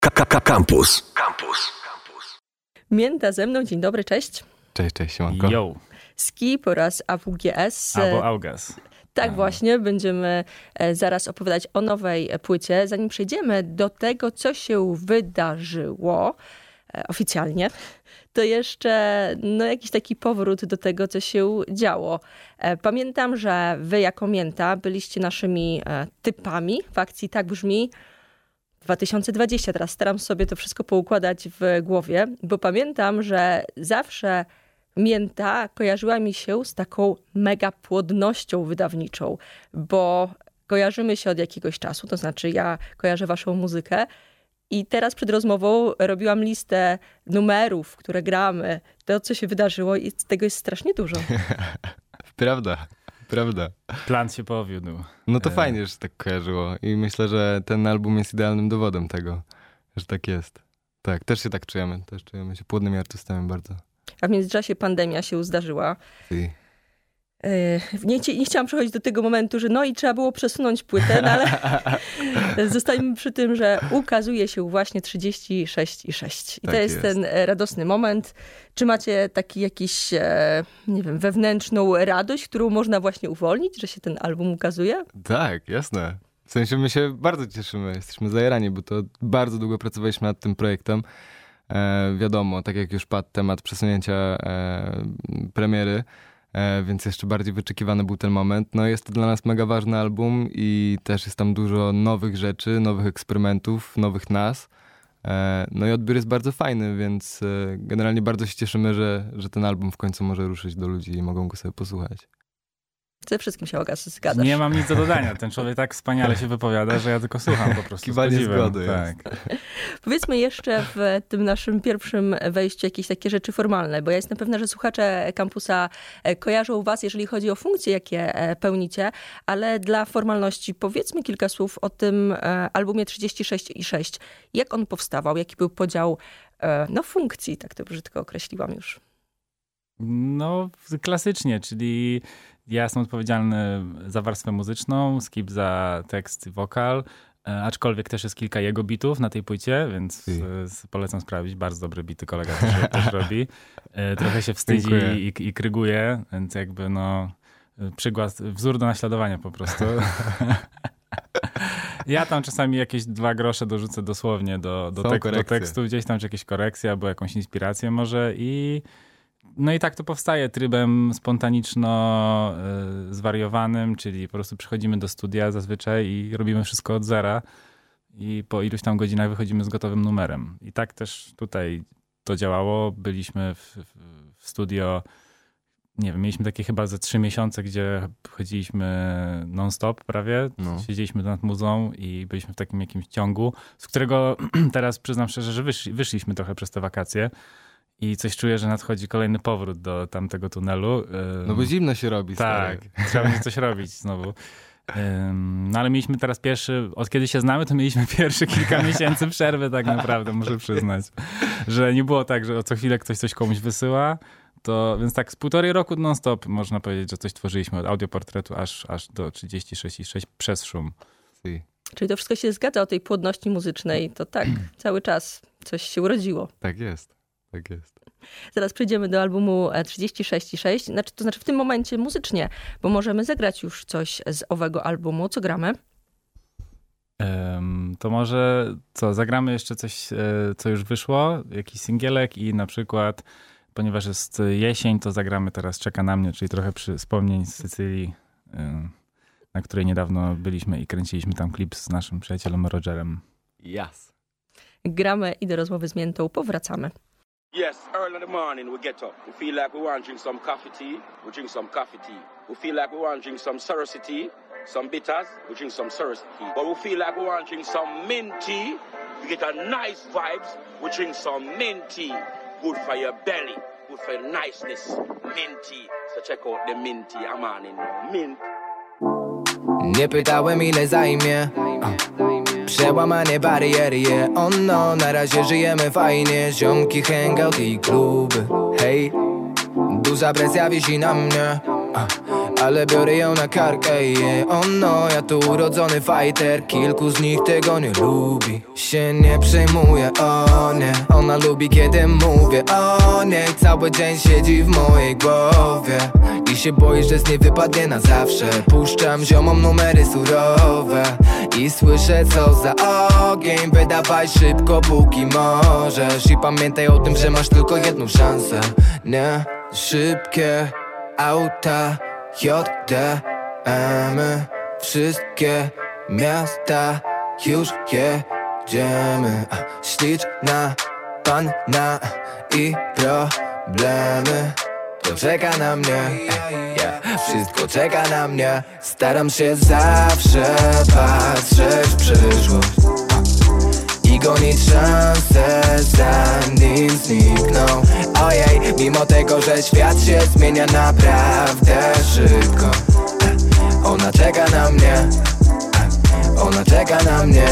Campus. Mięta ze mną, dzień dobry, cześć. Cześć, siemanko. Yo. Skip oraz AWGS. Albo Augas. Tak właśnie, będziemy zaraz opowiadać o nowej płycie. Zanim przejdziemy do tego, co się wydarzyło oficjalnie, to jeszcze jakiś taki powrót do tego, co się działo. Pamiętam, że wy jako Mięta byliście naszymi typami w akcji Tak Brzmi 2020. Teraz staram sobie to wszystko poukładać w głowie, bo pamiętam, że zawsze Mięta kojarzyła mi się z taką mega płodnością wydawniczą, bo kojarzymy się od jakiegoś czasu, to znaczy ja kojarzę waszą muzykę i teraz przed rozmową robiłam listę numerów, które gramy, to co się wydarzyło i tego jest strasznie dużo. Prawda. Plan się powiódł. No to fajnie, że tak kojarzyło i myślę, że ten album jest idealnym dowodem tego, że tak jest. Tak, też się tak czujemy, się płodnymi artystami bardzo. A w międzyczasie pandemia się zdarzyła. Nie chciałam przechodzić do tego momentu, że i trzeba było przesunąć płytę, ale zostańmy przy tym, że ukazuje się właśnie 36,6. I tak to jest ten radosny moment. Czy macie taki jakiś, wewnętrzną radość, którą można właśnie uwolnić, że się ten album ukazuje? Tak, jasne. W sensie my się bardzo cieszymy, jesteśmy zajarani, bo to bardzo długo pracowaliśmy nad tym projektem. Wiadomo, tak jak już padł temat przesunięcia premiery, więc jeszcze bardziej wyczekiwany był ten moment. Jest to dla nas mega ważny album i też jest tam dużo nowych rzeczy, nowych eksperymentów, nowych nas. I odbiór jest bardzo fajny, więc generalnie bardzo się cieszymy, że ten album w końcu może ruszyć do ludzi i mogą go sobie posłuchać. Ze wszystkim się zgadzasz. Nie mam nic do dodania. Ten człowiek tak wspaniale się wypowiada, że ja tylko słucham po prostu. Kiwanie zgody. Tak. Powiedzmy jeszcze w tym naszym pierwszym wejściu jakieś takie rzeczy formalne, bo ja jestem pewna, że słuchacze Kampusa kojarzą was, jeżeli chodzi o funkcje, jakie pełnicie, ale dla formalności powiedzmy kilka słów o tym albumie 36,6. Jak on powstawał? Jaki był podział funkcji? Tak to brzydko określiłam już. Klasycznie, czyli ja jestem odpowiedzialny za warstwę muzyczną, Skip za tekst i wokal, aczkolwiek też jest kilka jego bitów na tej płycie, więc polecam sprawdzić. Bardzo dobre bity kolega też robi. Trochę się wstydzi i kryguje, więc jakby przykład, wzór do naśladowania po prostu. Ja tam czasami jakieś 2 grosze dorzucę dosłownie do tekstu gdzieś tam, czy jakieś korekcje, albo jakąś inspirację może i tak to powstaje trybem spontaniczno zwariowanym, czyli po prostu przychodzimy do studia zazwyczaj i robimy wszystko od zera i po iluś tam godzinach wychodzimy z gotowym numerem. I tak też tutaj to działało. Byliśmy w studio, mieliśmy takie chyba ze 3 miesiące, gdzie chodziliśmy non-stop prawie. Siedzieliśmy nad muzą i byliśmy w takim jakimś ciągu, z którego teraz przyznam szczerze, że wyszliśmy trochę przez te wakacje. I coś czuję, że nadchodzi kolejny powrót do tamtego tunelu. Bo zimno się robi. Tak, trzeba będzie coś robić znowu. Ale mieliśmy teraz od kiedy się znamy, to mieliśmy pierwsze kilka miesięcy przerwy tak naprawdę, muszę przyznać. Że nie było tak, że co chwilę ktoś coś komuś wysyła. Więc tak z 1,5 roku non-stop można powiedzieć, że coś tworzyliśmy od audioportretu aż do 36,6 przez szum. Czyli to wszystko się zgadza o tej płodności muzycznej. To tak, cały czas coś się urodziło. Tak jest. Zaraz przejdziemy do albumu 36,6. To znaczy w tym momencie muzycznie, bo możemy zagrać już coś z owego albumu. Co gramy? To może zagramy jeszcze coś, co już wyszło, jakiś singielek i na przykład, ponieważ jest jesień, to zagramy teraz Czeka na mnie, czyli trochę wspomnień z Sycylii, na której niedawno byliśmy i kręciliśmy tam klip z naszym przyjacielem Rogerem. Yes. Gramy i do rozmowy z Miętą powracamy. Yes, early in the morning we get up. We feel like we want to drink some coffee tea. We drink some coffee tea. We feel like we want to drink some Surrey tea, some bitters. We drink some Surrey tea. But we feel like we want to drink some mint tea. We get a nice vibes. We drink some mint tea. Good for your belly. Good for your niceness. Mint tea. So check out the mint tea. I'm on in mint. Nie pytałem ile zajmie przełamanie bariery, na razie żyjemy fajnie. Ziomki, hangout i kluby, hej. Duża presja wisi na mnie, ale biorę ją na karkę, yeah. Oh no, ja tu urodzony fighter. Kilku z nich tego nie lubi. Się nie przejmuje, o nie. Ona lubi kiedy mówię, o nie. Cały dzień siedzi w mojej głowie i się boi, że z niej wypadnie na zawsze. Puszczam ziomom numery surowe i słyszę co za ogień. Wydawaj szybko póki możesz i pamiętaj o tym, że masz tylko jedną szansę. Nie, szybkie auta JDM, wszystkie miasta już jedziemy. Śliczna panna i problemy, to czeka na mnie, wszystko czeka na mnie. Staram się zawsze patrzeć w przyszłość i gonić szanse, zanim znikną. Ojej, mimo tego, że świat się zmienia naprawdę szybko, ona czeka na mnie, ona czeka na mnie.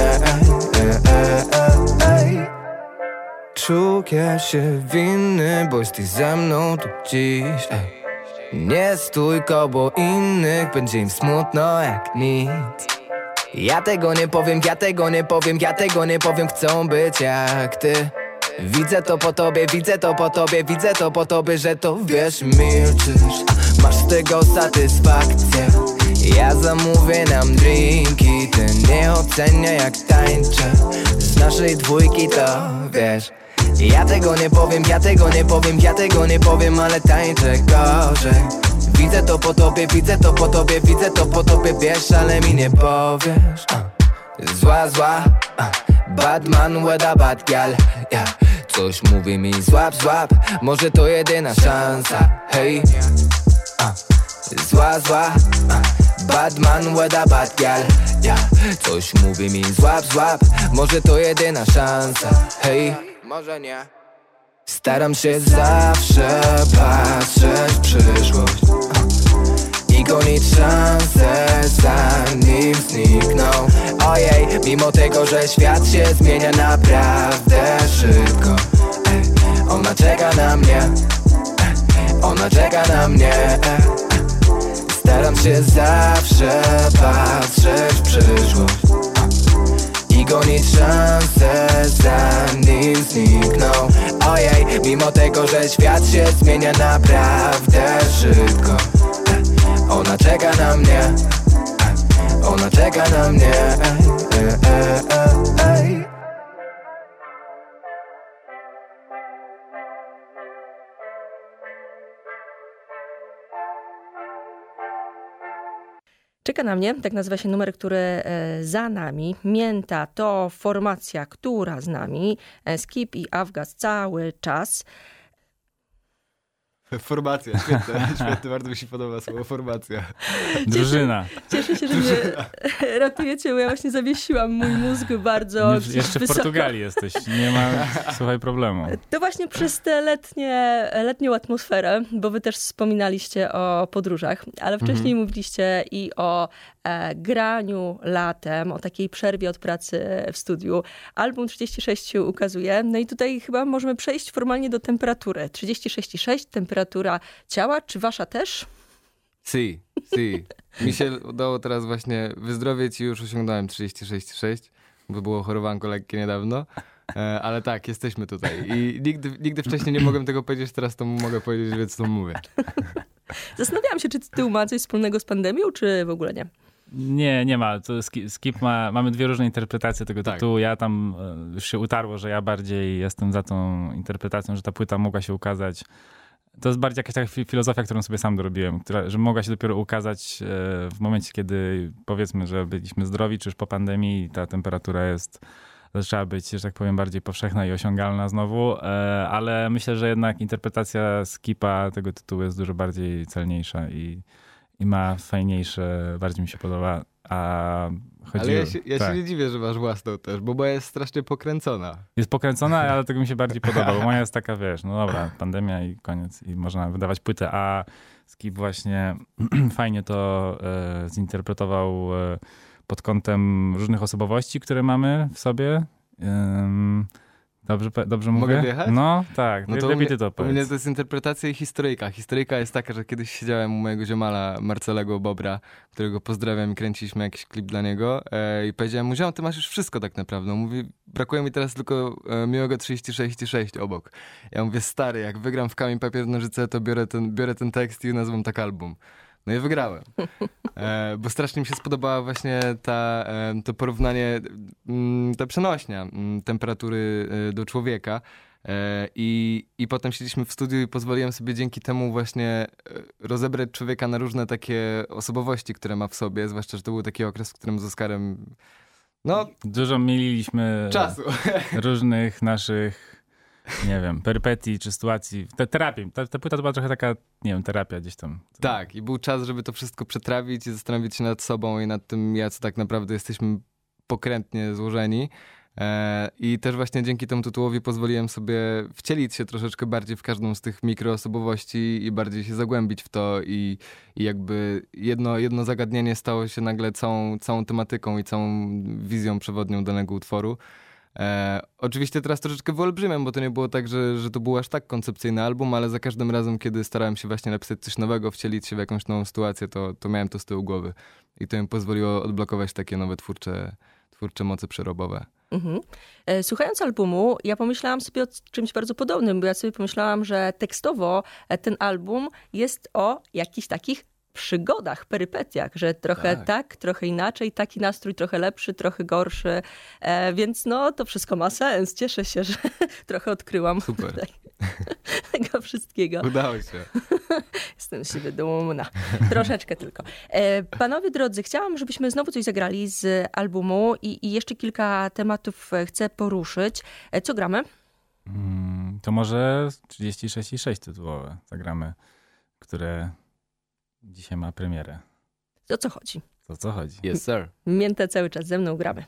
Czuję się winny, bo jesteś ze mną tu dziś. Nie stój koło innych, będzie im smutno jak nic. Ja tego nie powiem, ja tego nie powiem, ja tego nie powiem. Chcą być jak ty. Widzę to po tobie, widzę to po tobie, widzę to po tobie, że to wiesz, milczysz. Masz z tego satysfakcję. Ja zamówię nam drinki, ty nie ocenia jak tańczę. Z naszej dwójki to wiesz. Ja tego nie powiem, ja tego nie powiem, ja tego nie powiem, ale tańczę gorzej. Widzę to po tobie, widzę to po tobie, widzę to po tobie, wiesz, ale mi nie powiesz. Zła, zła, bad man with a bad gal, yeah. Coś mówi mi złap, złap, może to jedyna szansa, hej. Zła, zła, bad man with a bad gal, yeah. Coś mówi mi złap, złap, może to jedyna szansa, hej. Może nie. Staram się zawsze patrzeć w przyszłość i gonić szanse, zanim znikną. Ojej, mimo tego, że świat się zmienia naprawdę szybko, ona czeka na mnie, ona czeka na mnie. Staram się zawsze patrzeć w przyszłość i gonić szanse, zanim znikną. Ojej, mimo tego, że świat się zmienia naprawdę szybko, ona czeka na mnie, ona czeka na mnie. Czeka na mnie, tak nazywa się numer, który za nami. Mięta to formacja, która z nami. Skip i Awgaz cały czas. Formacja, świetne, świetne, bardzo mi się podoba słowo formacja. Drużyna. Cieszę się, że mnie ratujecie, bo ja właśnie zawiesiłam mój mózg bardzo jeszcze w Portugalii jesteś, nie ma, słuchaj, problemu. To właśnie przez tę letnią atmosferę, bo wy też wspominaliście o podróżach, ale wcześniej mówiliście i o graniu latem, o takiej przerwie od pracy w studiu. Album 36 się ukazuje, no i tutaj chyba możemy przejść formalnie do temperatury. 36,6, temperatura ciała, czy wasza też? Si. Mi się udało teraz właśnie wyzdrowieć i już osiągnąłem 36,6, bo było chorowanko lekkie niedawno. Ale tak, jesteśmy tutaj. I nigdy wcześniej nie mogłem tego powiedzieć, teraz to mogę powiedzieć, więc to mówię. Zastanawiałam się, czy tytuł ma coś wspólnego z pandemią, czy w ogóle nie? Nie ma. To Skip mamy dwie różne interpretacje tego tytułu. Tak. Ja tam już się utarło, że ja bardziej jestem za tą interpretacją, że ta płyta mogła się ukazać. To jest bardziej jakaś taka filozofia, którą sobie sam dorobiłem, że mogła się dopiero ukazać w momencie, kiedy powiedzmy, że byliśmy zdrowi, czy już po pandemii i ta temperatura zaczęła być, że tak powiem, bardziej powszechna i osiągalna znowu, ale myślę, że jednak interpretacja Skipa tego tytułu jest dużo bardziej celniejsza i ma fajniejsze, bardziej mi się podoba. Ale ja się nie dziwię, że masz własną też, bo moja jest strasznie pokręcona. Jest pokręcona, ale tego mi się bardziej podoba, bo moja jest taka, wiesz, no dobra, pandemia i koniec i można wydawać płytę, a Skip właśnie fajnie to zinterpretował pod kątem różnych osobowości, które mamy w sobie. Dobrze mówię? Mogę wjechać? No, tak. No to lepiej ty to powiedz. U mnie to jest interpretacja i historyjka. Historyjka jest taka, że kiedyś siedziałem u mojego ziomala Marcelego Bobra, którego pozdrawiam i kręciliśmy jakiś klip dla niego i powiedziałem mu, ziom, ty masz już wszystko tak naprawdę. On mówi, brakuje mi teraz tylko Miłego 36,6 obok. Ja mówię, stary, jak wygram w Kamień, Papier, Nożyce, to biorę ten tekst i nazwę tak album. No i wygrałem. Bo strasznie mi się spodobała właśnie to porównanie, ta przenośnia temperatury do człowieka. I potem siedzieliśmy w studiu i pozwoliłem sobie dzięki temu właśnie rozebrać człowieka na różne takie osobowości, które ma w sobie. Zwłaszcza, że to był taki okres, w którym z Oskarem dużo mieliśmy czasu. Różnych naszych, nie wiem, perypetii czy sytuacji. Terapii. Ta płyta to była trochę taka, nie wiem, terapia gdzieś tam. Tak, i był czas, żeby to wszystko przetrawić i zastanowić się nad sobą i nad tym, jacy tak naprawdę jesteśmy pokrętnie złożeni. I też właśnie dzięki temu tytułowi pozwoliłem sobie wcielić się troszeczkę bardziej w każdą z tych mikroosobowości i bardziej się zagłębić w to i jakby jedno zagadnienie stało się nagle całą tematyką i całą wizją przewodnią danego utworu. Oczywiście teraz troszeczkę wyolbrzymiam, bo to nie było tak, że to był aż tak koncepcyjny album, ale za każdym razem, kiedy starałem się właśnie napisać coś nowego, wcielić się w jakąś nową sytuację, to miałem to z tyłu głowy. I to mi pozwoliło odblokować takie nowe twórcze moce przerobowe. Mhm. Słuchając albumu, ja pomyślałam sobie o czymś bardzo podobnym, bo ja sobie pomyślałam, że tekstowo ten album jest o jakichś takich przygodach, perypetiach, że trochę tak, trochę inaczej, taki nastrój trochę lepszy, trochę gorszy, więc no to wszystko ma sens. Cieszę się, że trochę odkryłam Super. tego wszystkiego. Udało się. Jestem z siebie dumna. Troszeczkę tylko. Panowie drodzy, chciałam, żebyśmy znowu coś zagrali z albumu i jeszcze kilka tematów chcę poruszyć. Co gramy? To może 36,6 tytułowe zagramy, które dzisiaj ma premierę. O co chodzi? O co chodzi? Yes, sir. Miętę cały czas ze mną gramy.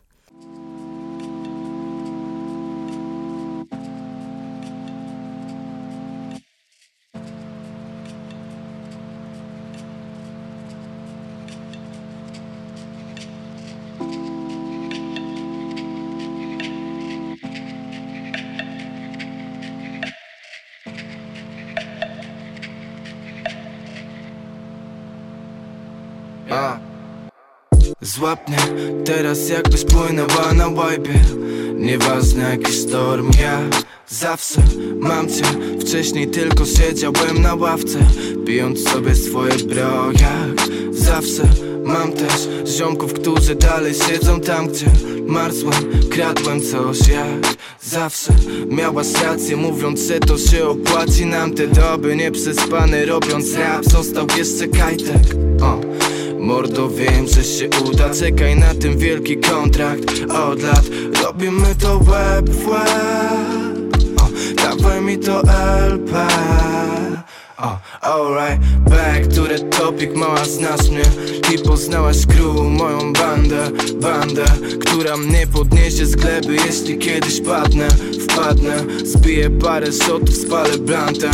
Złap mnie teraz jakbyś płynęła na łajbie. Nieważne jaki sztorm, ja zawsze mam cię. Wcześniej tylko siedziałem na ławce, pijąc sobie swoje bro. Jak zawsze mam też ziomków, którzy dalej siedzą tam, gdzie marzłem. Kradłem coś jak zawsze. Miałaś rację mówiąc, że to się opłaci nam te doby nieprzespane robiąc rap. Został jeszcze kajtek, mordo, wiem, że się uda. Czekaj na ten wielki kontrakt. Od lat robimy to łeb w łeb. Dawaj mi to LP. Alright, back to the topic. Mała, znasz mnie i poznałaś crew, moją bandę, która mnie podniesie z gleby, jeśli kiedyś wpadnę. Zbiję parę shotów, spalę blantem.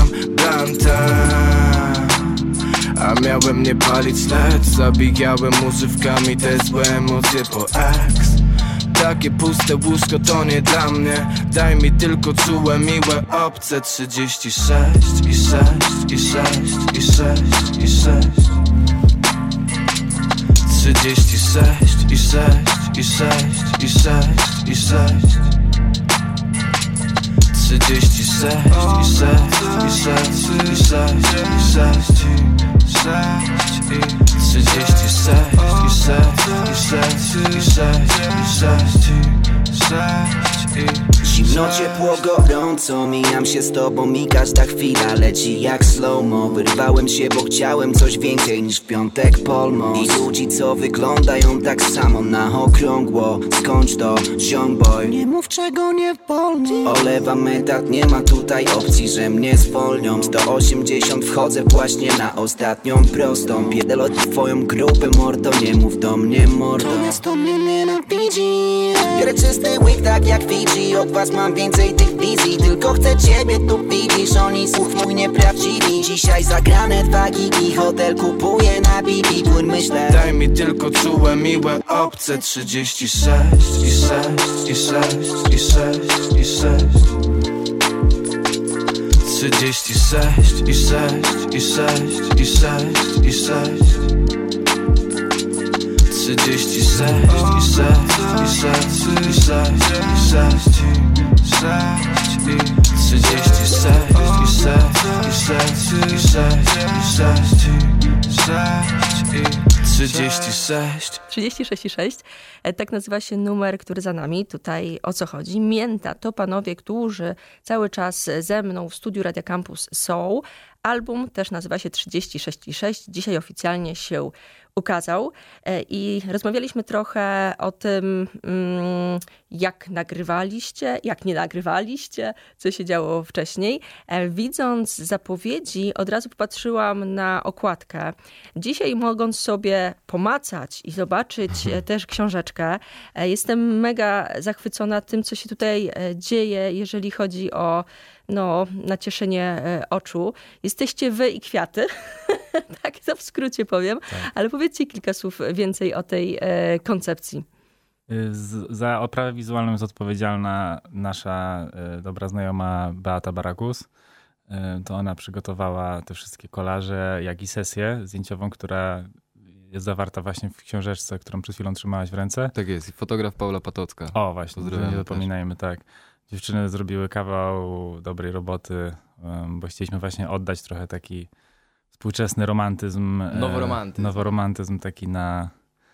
A miałem nie palić, lecz zabijałem używkami te złe emocje po ex. Takie puste łóżko to nie dla mnie. Daj mi tylko czułe, miłe obce. 36 i 6 i 6 i 6 i 6 36 i 6 i 6 i 6 i 6 36 i 6 i 6 i 6 i 6 36 i 6 i 6 i 6 i 6 Zimno, ciepło, gorąco, mijam się z tobą i każda chwila leci jak slow-mo. Wyrwałem się, bo chciałem coś więcej niż w piątek Polmos. I ludzi, co wyglądają tak samo na okrągło. Skończ to, ziomboy, nie mów czego nie wolno. Olewam etat, nie ma tutaj opcji, że mnie zwolnią. 180 wchodzę właśnie na ostatnią prostą. Pierdolę twoją grupę, mordo, nie mów do mnie, mordo. To miasto mnie nienawidzi. Biorę czysty łyk, tak jak film. G, od was mam więcej tych wizji. Tylko chcę ciebie tu widzisz, oni słuch mój nieprawdziwi. Dzisiaj zagrane 2 gigi, hotel kupuję na Bibi. Płyn myślę, daj mi tylko czułe, miłe, obce 36 i 6 i 6 i 6 i 6 36 i 6 i 6 i 6 i 6 36 i 6 i 6 i 6 i 6 i 6 i 36 i 6 i 6 i 6 i 6 i 36 36 i 6. Tak nazywa się numer, który za nami. Tutaj o co chodzi? Mięta to panowie, którzy cały czas ze mną w studiu Radia Campus są. Album też nazywa się 36 i 6. Dzisiaj oficjalnie się ukazał i rozmawialiśmy trochę o tym, jak nagrywaliście, jak nie nagrywaliście, co się działo wcześniej. Widząc zapowiedzi, od razu popatrzyłam na okładkę. Dzisiaj mogąc sobie pomacać i zobaczyć też książeczkę, jestem mega zachwycona tym, co się tutaj dzieje, jeżeli chodzi o nacieszenie oczu. Jesteście wy i kwiaty, tak to w skrócie powiem, tak. Ale powiedzcie kilka słów więcej o tej koncepcji. Za oprawę wizualną jest odpowiedzialna nasza dobra znajoma Beata Barakus. To ona przygotowała te wszystkie kolaże, jak i sesję zdjęciową, która jest zawarta właśnie w książeczce, którą przed chwilą trzymałaś w ręce. Tak jest. I fotograf Paula Patocka. O, właśnie, nie zapominajmy, tak. Dziewczyny zrobiły kawał dobrej roboty, bo chcieliśmy właśnie oddać trochę taki współczesny romantyzm. Noworomantyzm taki na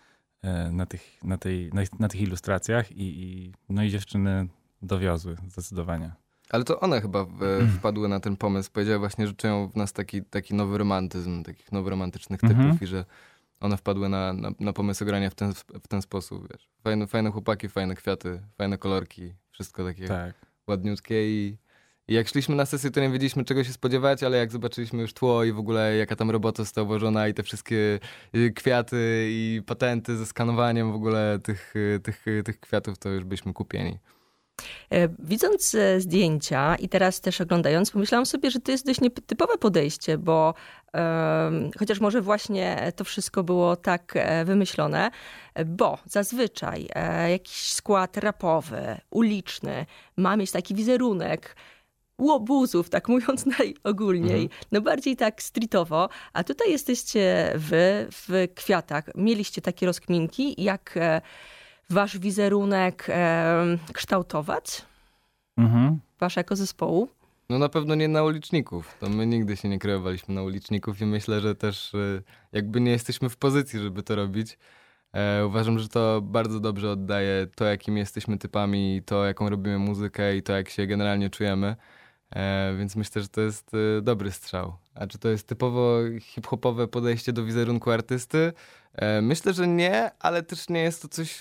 tych ilustracjach i dziewczyny dowiozły zdecydowanie. Ale to one chyba wpadły na ten pomysł. Powiedziały właśnie, że czują w nas taki nowy romantyzm, takich noworomantycznych typów i że one wpadły na pomysł grania w ten sposób. Wiesz. Fajne chłopaki, fajne kwiaty, fajne kolorki, wszystko takie ładniutkie i jak szliśmy na sesję, to nie wiedzieliśmy, czego się spodziewać, ale jak zobaczyliśmy już tło i w ogóle jaka tam robota została włożona i te wszystkie kwiaty i patenty ze skanowaniem w ogóle tych kwiatów, to już byliśmy kupieni. Widząc zdjęcia i teraz też oglądając, pomyślałam sobie, że to jest dość nietypowe podejście, bo chociaż może właśnie to wszystko było tak wymyślone, bo zazwyczaj jakiś skład rapowy, uliczny ma mieć taki wizerunek łobuzów, tak mówiąc najogólniej, bardziej tak streetowo, a tutaj jesteście wy w kwiatach. Mieliście takie rozkminki, jak wasz wizerunek kształtować? Wasz jako zespołu? No na pewno nie na uliczników. To my nigdy się nie kreowaliśmy na uliczników i myślę, że też jakby nie jesteśmy w pozycji, żeby to robić. Uważam, że to bardzo dobrze oddaje to, jakimi jesteśmy typami, to, jaką robimy muzykę i to, jak się generalnie czujemy. Więc myślę, że to jest dobry strzał. A czy to jest typowo hip-hopowe podejście do wizerunku artysty? Myślę, że nie, ale też nie jest to coś,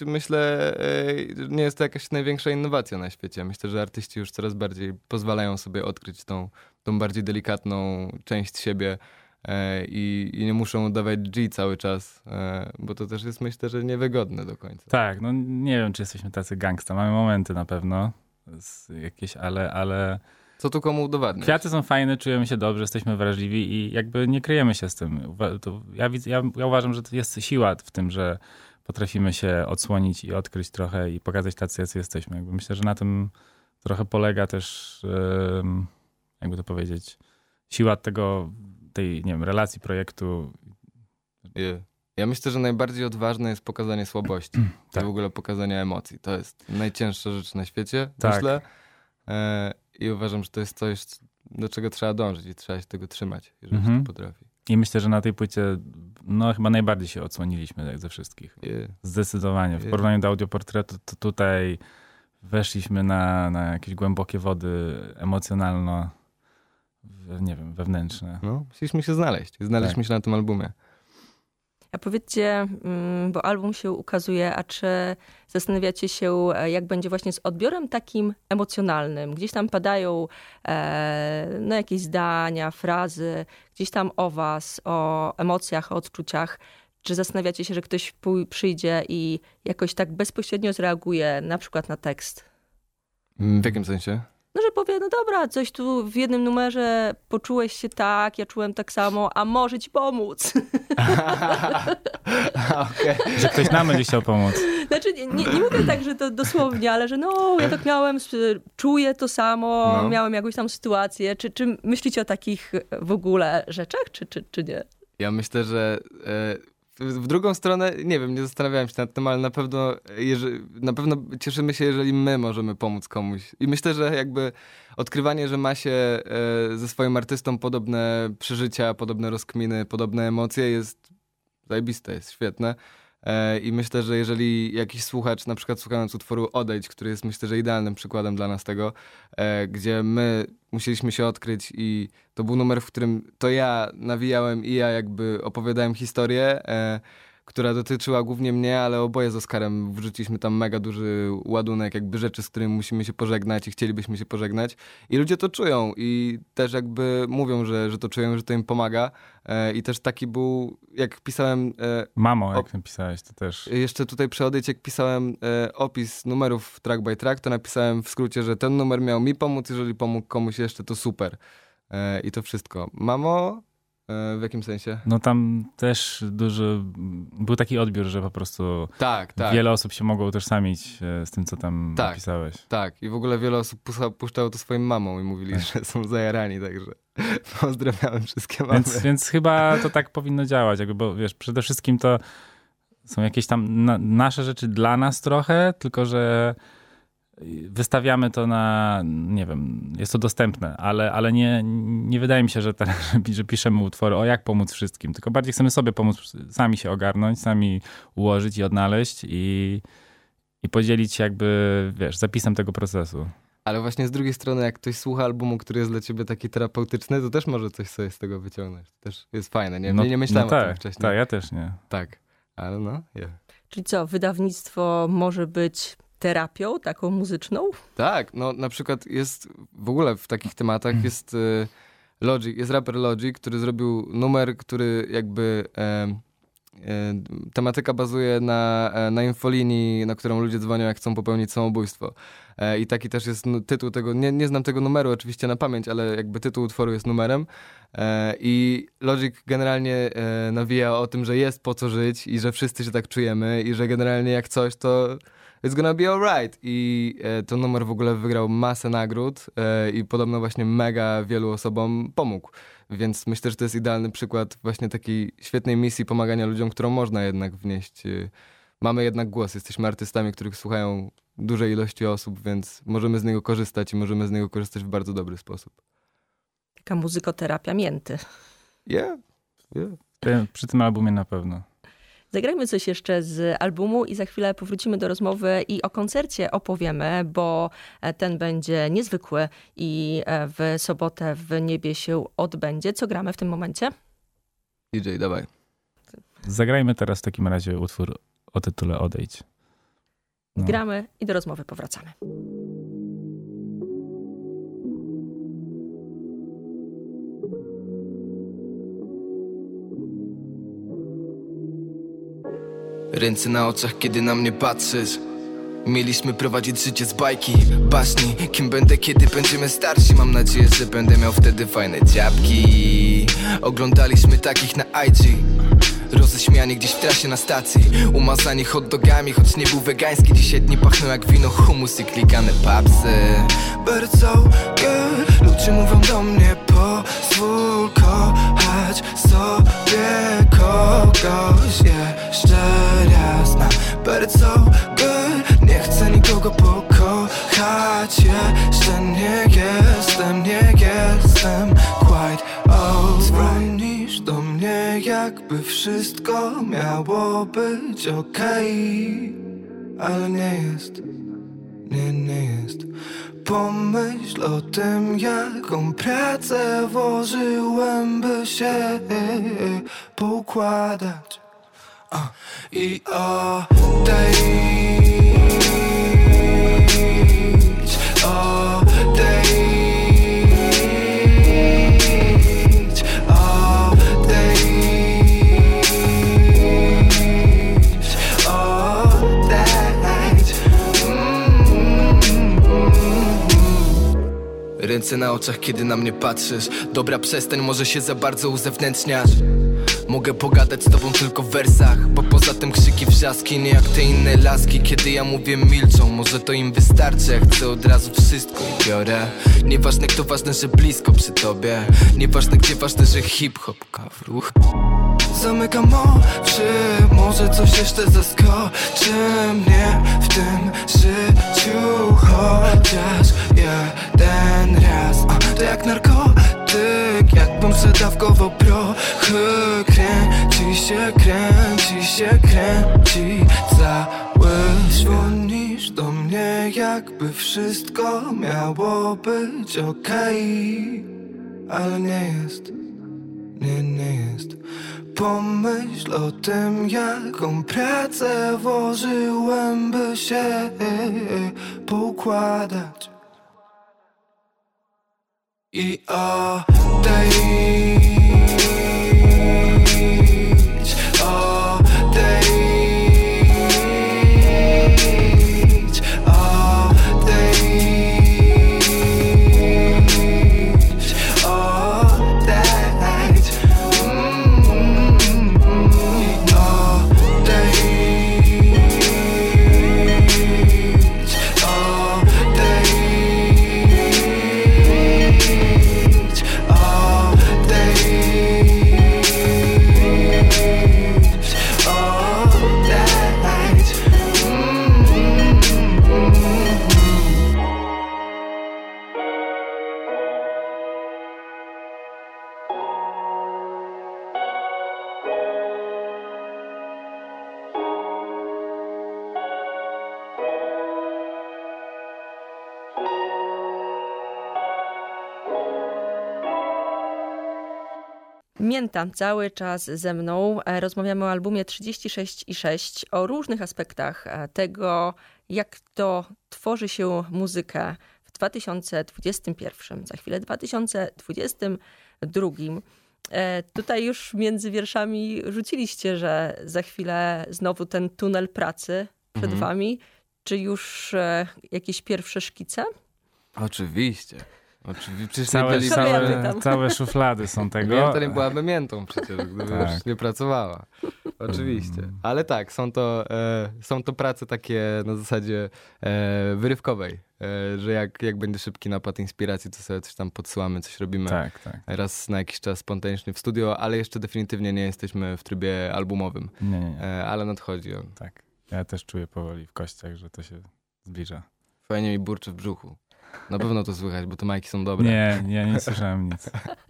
nie jest to jakaś największa innowacja na świecie. Myślę, że artyści już coraz bardziej pozwalają sobie odkryć tą bardziej delikatną część siebie i nie muszą udawać G cały czas, bo to też jest, myślę, że niewygodne do końca. Tak, nie wiem, czy jesteśmy tacy gangsta. Mamy momenty na pewno jakieś, ale... Co tu komu udowadniać? Kwiaty są fajne, czujemy się dobrze, jesteśmy wrażliwi i jakby nie kryjemy się z tym. Ja uważam, że to jest siła w tym, że potrafimy się odsłonić i odkryć trochę i pokazać tacy, jacy jesteśmy. Jakby myślę, że na tym trochę polega też, jakby to powiedzieć, siła tej, nie wiem, relacji, projektu. Ja myślę, że najbardziej odważne jest pokazanie słabości. Tak. I w ogóle pokazanie emocji. To jest najcięższa rzecz na świecie, myślę. I uważam, że to jest coś, do czego trzeba dążyć i trzeba się tego trzymać, jeżeli się to potrafi. I myślę, że na tej płycie chyba najbardziej się odsłoniliśmy ze wszystkich. Zdecydowanie. W porównaniu do audioportretu to tutaj weszliśmy na jakieś głębokie wody emocjonalno, nie wiem, wewnętrzne. Musieliśmy się znaleźć. Znaleźliśmy się na tym albumie. A powiedzcie, bo album się ukazuje, a czy zastanawiacie się, jak będzie właśnie z odbiorem takim emocjonalnym? Gdzieś tam padają jakieś zdania, frazy, gdzieś tam o was, o emocjach, o odczuciach. Czy zastanawiacie się, że ktoś przyjdzie i jakoś tak bezpośrednio zreaguje na przykład na tekst? W jakim sensie? No, że powie, no dobra, coś tu w jednym numerze poczułeś się tak, ja czułem tak samo, a może ci pomóc. Okay. Że ktoś nam będzie chciał pomóc. Znaczy, nie mówię tak, że to dosłownie, ale że no, ja tak miałem, czuję to samo, miałem jakąś tam sytuację. Czy myślicie o takich w ogóle rzeczach, czy nie? Ja myślę, że w drugą stronę, nie wiem, nie zastanawiałem się nad tym, ale na pewno cieszymy się, jeżeli my możemy pomóc komuś. I myślę, że jakby odkrywanie, że ma się ze swoim artystą podobne przeżycia, podobne rozkminy, podobne emocje jest zajebiste, jest świetne. I myślę, że jeżeli jakiś słuchacz, na przykład słuchając utworu Odejdź, który jest myślę, że idealnym przykładem dla nas tego, gdzie my musieliśmy się odkryć i to był numer, w którym to ja nawijałem i ja jakby opowiadałem historię, która dotyczyła głównie mnie, ale oboje z Oskarem wrzuciliśmy tam mega duży ładunek jakby rzeczy, z którymi musimy się pożegnać i chcielibyśmy się pożegnać. I ludzie to czują i też jakby mówią, że to czują, że to im pomaga. I też taki był, jak pisałem... Mamo, jak napisałeś, to też... Jeszcze tutaj przy Odejdź, jak pisałem opis numerów track by track, to napisałem w skrócie, że ten numer miał mi pomóc, jeżeli pomógł komuś jeszcze, to super. I to wszystko. Mamo... W jakim sensie? No tam też był taki odbiór, że po prostu wiele osób się mogło utożsamić z tym, co tam napisałeś. Tak, i w ogóle wiele osób puszczało to swoim mamom i mówili, że są zajarani, także pozdrawiam wszystkie mamy. Więc chyba to tak powinno działać, jakby, bo wiesz, przede wszystkim to są jakieś tam nasze rzeczy dla nas trochę, tylko że wystawiamy to na, nie wiem, jest to dostępne, ale nie wydaje mi się, że piszemy utwory o jak pomóc wszystkim, tylko bardziej chcemy sobie pomóc, sami się ogarnąć, sami ułożyć i odnaleźć i podzielić się jakby, wiesz, zapisem tego procesu. Ale właśnie z drugiej strony, jak ktoś słucha albumu, który jest dla ciebie taki terapeutyczny, to też może coś sobie z tego wyciągnąć. To też jest fajne, nie myślałem o tym wcześniej. Tak, ja też nie. Tak, ale Czyli co, wydawnictwo może być terapią taką muzyczną? Tak, no na przykład jest w ogóle w takich tematach jest Logic, jest raper Logic, który zrobił numer, który jakby tematyka bazuje na infolinii, na którą ludzie dzwonią, jak chcą popełnić samobójstwo. I taki też jest tytuł tego, nie znam tego numeru oczywiście na pamięć, ale jakby tytuł utworu jest numerem. I Logic generalnie nawija o tym, że jest po co żyć i że wszyscy się tak czujemy i że generalnie jak coś, to it's gonna be alright. I ten numer w ogóle wygrał masę nagród i podobno właśnie mega wielu osobom pomógł. Więc myślę, że to jest idealny przykład właśnie takiej świetnej misji pomagania ludziom, którą można jednak wnieść. Mamy jednak głos, jesteśmy artystami, których słuchają dużej ilości osób, więc możemy z niego korzystać i możemy z niego korzystać w bardzo dobry sposób. Taka muzykoterapia mięty. Yeah. Przy tym albumie na pewno. Zagrajmy coś jeszcze z albumu i za chwilę powrócimy do rozmowy i o koncercie opowiemy, bo ten będzie niezwykły i w sobotę w Niebie się odbędzie. Co gramy w tym momencie? DJ, dawaj. Zagrajmy teraz w takim razie utwór o tytule Odejdź. No. Gramy i do rozmowy powracamy. Ręce na oczach, kiedy na mnie patrzysz. Mieliśmy prowadzić życie z bajki, baśni. Kim będę, kiedy będziemy starsi? Mam nadzieję, że będę miał wtedy fajne dziabki. Oglądaliśmy takich na IG, roześmiani gdzieś w trasie na stacji. Umazani hot dogami, choć nie był wegański. Dzisiaj dni pachną jak wino, humus i klikane papsy. But it's okay, ludzie mówią do mnie, pozwól kochać sobie kogoś jeszcze raz. But it's okay, nie chcę nikogo pokochać. Jeszcze nie jestem quite alright. Dzwonisz do mnie, jakby wszystko miało być okej, ale nie jest, nie jest. Pomyśl o tym, jaką pracę włożyłem, by się poukładać i odejdź, Ręce na oczach, kiedy na mnie patrzysz. Dobra, przestań, może się za bardzo uzewnętrzniasz. Mogę pogadać z tobą tylko w wersach, bo poza tym krzyki, wrzaski, nie jak te inne laski. Kiedy ja mówię, milczą, może to im wystarczy. Ja chcę od razu wszystko i biorę. Nieważne kto, ważne, że blisko przy tobie. Nieważne gdzie, ważne, że hip-hop w ruch. Zamykam oczy, może coś jeszcze zaskoczy mnie w tym życiu. Chociaż jeden raz, to jak narkotyk, jakbym przedawkował prochy. Kręci się cały. Dzwonisz do mnie, jakby wszystko miało być okej. Ale nie jest, nie jest. Pomyśl o tym, jaką pracę włożyłem, by się poukładać. I odejdź. Mięta cały czas ze mną. Rozmawiamy o albumie 36,6, o różnych aspektach tego, jak to tworzy się muzykę w 2021, za chwilę 2022. Tutaj już między wierszami rzuciliście, że za chwilę znowu ten tunel pracy przed wami. Czy już jakieś pierwsze szkice? Oczywiście. Przecież całe szuflady są tego. Mięta nie byłaby miętą przecież, gdyby już nie pracowała. Oczywiście. Ale tak, są to prace takie na zasadzie wyrywkowej, że jak będzie szybki napad inspiracji, to sobie coś tam podsyłamy, coś robimy. Tak. Raz na jakiś czas spontanicznie w studio, ale jeszcze definitywnie nie jesteśmy w trybie albumowym. Nie. Ale nadchodzi on. Tak. Ja też czuję powoli w kościach, że to się zbliża. Fajnie mi burczy w brzuchu. Na pewno to słychać, bo te majki są dobre. Nie słyszałem nic.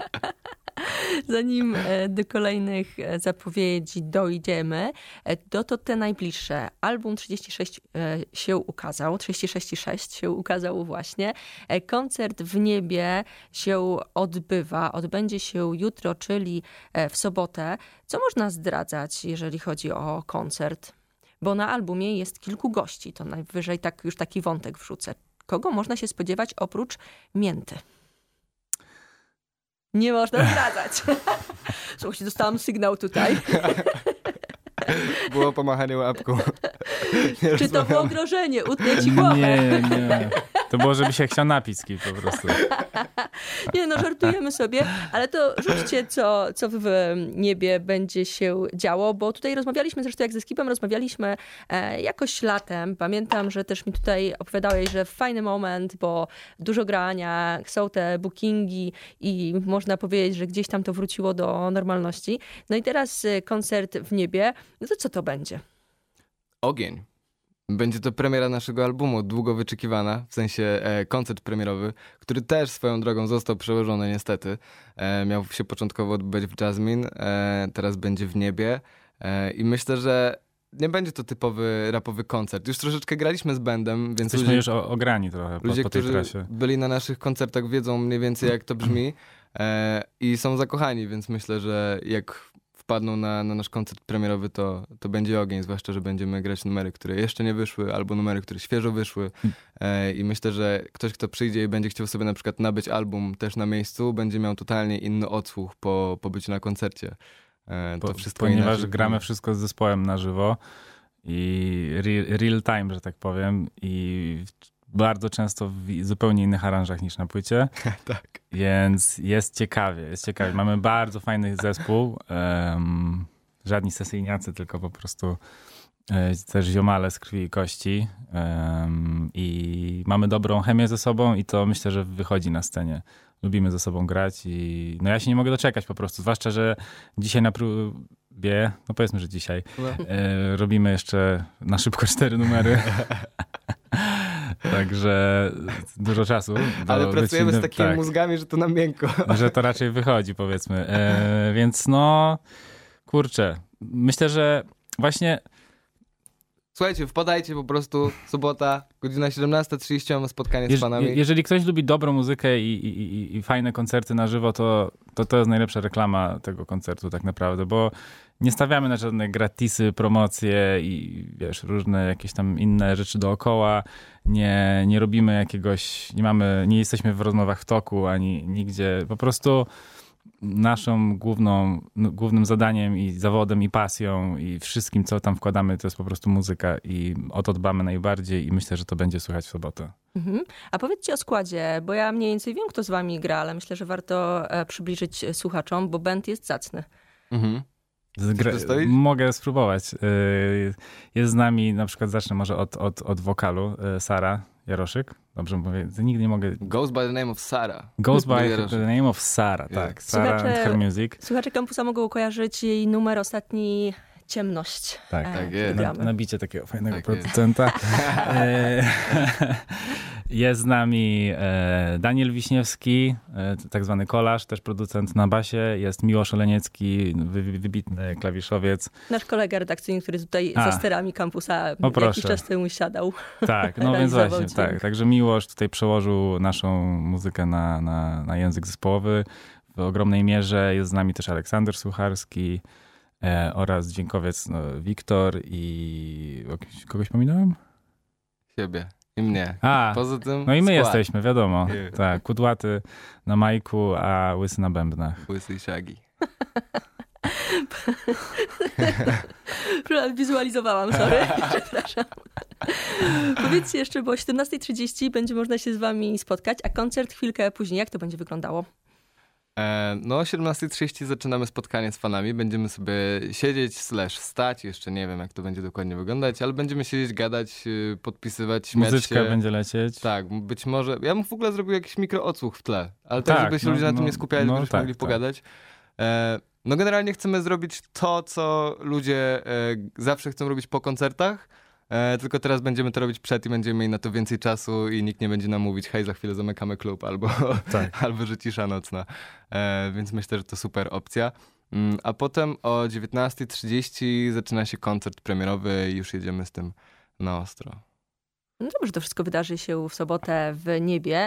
Zanim do kolejnych zapowiedzi dojdziemy, to te najbliższe. Album 36 się ukazał, 36,6 się ukazał właśnie. Koncert w niebie się odbędzie się jutro, czyli w sobotę. Co można zdradzać, jeżeli chodzi o koncert? Bo na albumie jest kilku gości, to najwyżej już taki wątek wrzucę. Kogo można się spodziewać oprócz Mięty? Nie można zdradzać. Słuchajcie, dostałam sygnał tutaj. Było pomachanie łapką. Czy to było grożenie? Utnę ci głowę. Nie. To było, żeby się chciał napić po prostu. Nie, żartujemy sobie, ale to rzućcie, co w niebie będzie się działo, bo tutaj rozmawialiśmy, zresztą jak ze Skipem rozmawialiśmy jakoś latem. Pamiętam, że też mi tutaj opowiadałeś, że fajny moment, bo dużo grania, są te bookingi i można powiedzieć, że gdzieś tam to wróciło do normalności. No i teraz koncert w niebie. No to co to będzie? Ogień. Będzie to premiera naszego albumu, długo wyczekiwana, w sensie koncert premierowy, który też swoją drogą został przełożony niestety. Miał się początkowo odbywać w Jasmine, teraz będzie w niebie i myślę, że nie będzie to typowy rapowy koncert. Już troszeczkę graliśmy z bandem, więc jesteśmy już ograni trochę ludzie, po tej którzy trasie. Byli na naszych koncertach, wiedzą mniej więcej jak to brzmi i są zakochani, więc myślę, że jak wpadną na nasz koncert premierowy, to będzie ogień, zwłaszcza, że będziemy grać numery, które jeszcze nie wyszły, albo numery, które świeżo wyszły i myślę, że ktoś, kto przyjdzie i będzie chciał sobie na przykład nabyć album też na miejscu, będzie miał totalnie inny odsłuch po byciu na koncercie. To wszystko ponieważ gramy wszystko z zespołem na żywo i real time, że tak powiem, i bardzo często w zupełnie innych aranżach niż na płycie. Tak. Więc jest ciekawie. Mamy bardzo fajny zespół. Żadni sesyjniacy, tylko po prostu też ziomale z krwi i kości. I mamy dobrą chemię ze sobą i to myślę, że wychodzi na scenie. Lubimy ze sobą grać i no ja się nie mogę doczekać po prostu. Zwłaszcza, że dzisiaj na próbie, no powiedzmy, że dzisiaj robimy jeszcze na szybko 4 numery. Także dużo czasu. Ale pracujemy z takimi mózgami, że to na miękko. Że to raczej wychodzi, powiedzmy. Więc no, kurczę, myślę, że właśnie... Słuchajcie, wpadajcie po prostu, sobota, godzina 17:30 mamy spotkanie z fanami. Jeżeli ktoś lubi dobrą muzykę i fajne koncerty na żywo, to jest najlepsza reklama tego koncertu tak naprawdę, bo nie stawiamy na żadne gratisy, promocje i wiesz, różne jakieś tam inne rzeczy dookoła. Nie robimy jakiegoś, nie jesteśmy w rozmowach w toku, ani nigdzie. Po prostu naszą głównym zadaniem i zawodem i pasją i wszystkim, co tam wkładamy, to jest po prostu muzyka i o to dbamy najbardziej i myślę, że to będzie słychać w sobotę. A powiedzcie o składzie, bo ja mniej więcej wiem, kto z wami gra, ale myślę, że warto przybliżyć słuchaczom, bo band jest zacny. Mogę spróbować. Jest z nami, na przykład zacznę może od wokalu, Sara Jaroszyk. Dobrze mówię, nigdy nie mogę... Goes by the name of Sara. Goes by the name of Sara, tak. Sara and her music. Słuchacze Kampusa mogą kojarzyć jej numer ostatni Ciemność. Tak jest. Nabicie takiego fajnego producenta. Jest z nami Daniel Wiśniewski, tak zwany Kolarz, też producent na basie. Jest Miłosz Oleniecki, wybitny klawiszowiec. Nasz kolega redakcyjny, który tutaj za sterami Kampusa jakiś czas temu siadał. Tak, no więc właśnie. Tak. Także Miłosz tutaj przełożył naszą muzykę na język zespołowy. W ogromnej mierze jest z nami też Aleksander Sucharski oraz dźwiękowiec Wiktor i kogoś pominąłem? Siebie. I mnie. Poza tym no i my jesteśmy, wiadomo. Tak, Kudłaty na majku, a Łysy na bębnach. Łysy i Shaggy. Wizualizowałam, sorry. Przepraszam. Powiedzcie jeszcze, bo o 17:30 będzie można się z wami spotkać, a koncert chwilkę później. Jak to będzie wyglądało? No o 17:30 zaczynamy spotkanie z fanami. Będziemy sobie siedzieć / stać. Jeszcze nie wiem, jak to będzie dokładnie wyglądać, ale będziemy siedzieć, gadać, podpisywać, śmiać Muzyczka się. Będzie lecieć. Tak, być może... Ja bym w ogóle zrobił jakiś mikroodsłuch w tle, ale tak, żeby się ludzie na tym nie skupiali, żebyśmy mogli pogadać. No generalnie chcemy zrobić to, co ludzie zawsze chcą robić po koncertach, tylko teraz będziemy to robić przed i będziemy mieli na to więcej czasu i nikt nie będzie nam mówić, hej, za chwilę zamykamy klub, albo że cisza nocna. Więc myślę, że to super opcja. A potem o 19:30 zaczyna się koncert premierowy i już jedziemy z tym na ostro. No dobrze, to wszystko wydarzy się w sobotę w Niebie.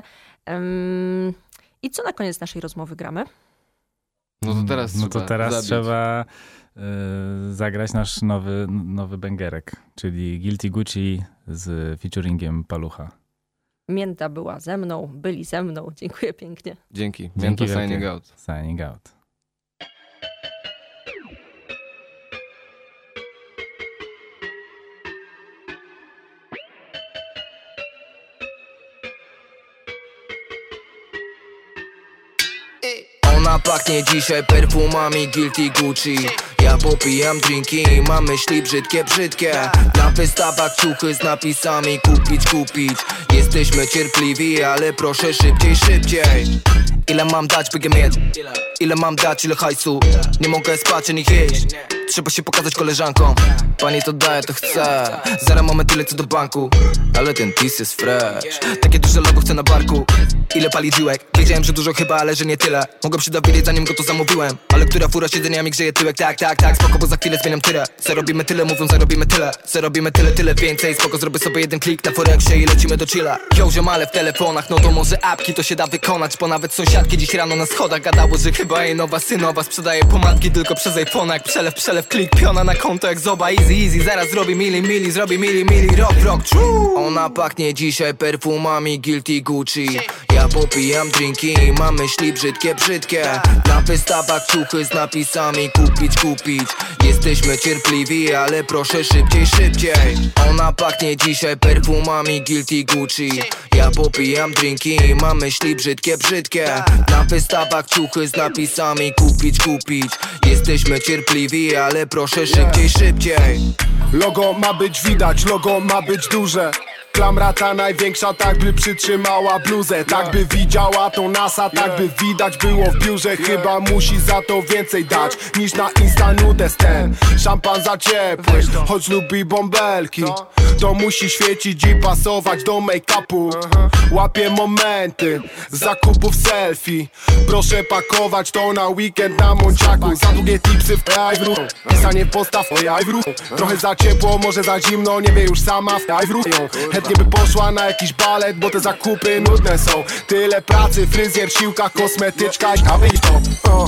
I co na koniec naszej rozmowy gramy? No to teraz trzeba zagrać nasz nowy bęgerek, czyli Guilty Gucci z featuringiem Palucha. Mięta była ze mną, byli ze mną. Dziękuję pięknie. Dzięki. Mięta signing out. Signing out. Ona pachnie dzisiaj perfumami Guilty Gucci. Ja popijam drinki i mam myśli brzydkie. Na wystawach ciuchy z napisami kupić. Jesteśmy cierpliwi, ale proszę szybciej. Ile mam dać, by mieć? Ile mam dać, ile hajsu? Nie mogę spać ani jeść. Trzeba się pokazać koleżankom. Pani to daje, to chce. Zaraz mamy tyle co do banku, ale ten tis jest fresh. Takie duże logo chcę na barku. Ile pali dziłek? Wiedziałem, że dużo chyba, ale że nie tyle. Mogłem się dowiedzieć, zanim go to zamówiłem. Ale która fura siedzeniami grzeje tyłek? Tak, spoko, bo za chwilę zmieniam tyle. Zarobimy tyle, mówią zarobimy tyle. Zarobimy tyle więcej. Spoko, zrobię sobie jeden klik na Forexie i lecimy do chilla. Yo, ziomale w telefonach, no to może apki to się da wykonać. Bo nawet sąsiadki dziś rano na schodach gadało, że chyba jej nowa synowa sprzedaje pomadki tylko przez iPhone'a. Jak przelew, klik, piona na konto jak zoba. Easy, zaraz zrobi mili, zrobi mili, rock, true. Ona pachnie dzisiaj perfumami Guilty Gucci. Ja popijam drinki drinki, mam myśli brzydkie, brzydkie. Na wystawach ciuchy z napisami kupić. Jesteśmy cierpliwi, ale proszę szybciej, szybciej. Ona pachnie dzisiaj perfumami Guilty Gucci. Ja popijam drinki, mam myśli brzydkie, brzydkie. Na wystawach ciuchy z napisami kupić. Jesteśmy cierpliwi, ale proszę szybciej, szybciej. Logo ma być widać, logo ma być duże. Klamra ta największa, tak by przytrzymała bluzę. Tak by widziała to NASA, tak by widać było w biurze. Chyba musi za to więcej dać niż na Insta nudes ten. Szampan za ciepły, choć lubi bąbelki. To musi świecić i pasować do make-upu. Łapie momenty zakupów selfie. Proszę pakować to na weekend na Monciaku. Za długie tipsy w live. Pisanie postaw w live. Trochę za ciepło, może za zimno, nie wie już sama w live. Chętnie by poszła na jakiś balet, bo te zakupy nudne są. Tyle pracy, fryzjer, siłka, kosmetyczka i to.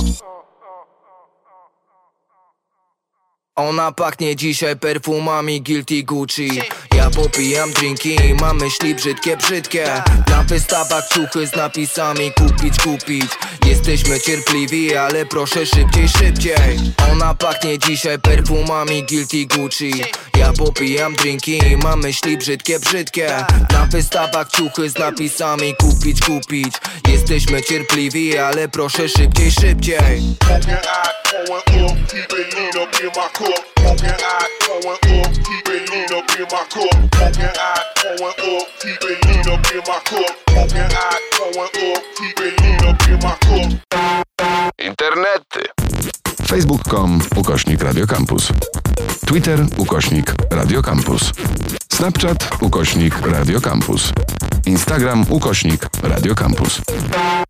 Ona pachnie dzisiaj perfumami Guilty Gucci. Ja popijam drinki, mam myśli brzydkie, brzydkie. Na wystawach ciuchy z napisami kupić. Jesteśmy cierpliwi, ale proszę szybciej, szybciej. Ona pachnie dzisiaj perfumami Guilty Gucci. Ja popijam drinki, mam myśli brzydkie, brzydkie. Na wystawach ciuchy z napisami kupić. Jesteśmy cierpliwi, ale proszę szybciej, szybciej. Smoking out, pouring up, keep it lean up in my cup. Smoking out, pouring up, keep it lean up in my cup. Smoking out, pouring up, keep it lean up in my cup. Internety. Facebook.com/Radio Campus. Twitter /Radio Campus. Snapchat /Radio Campus. Instagram /Radio Campus.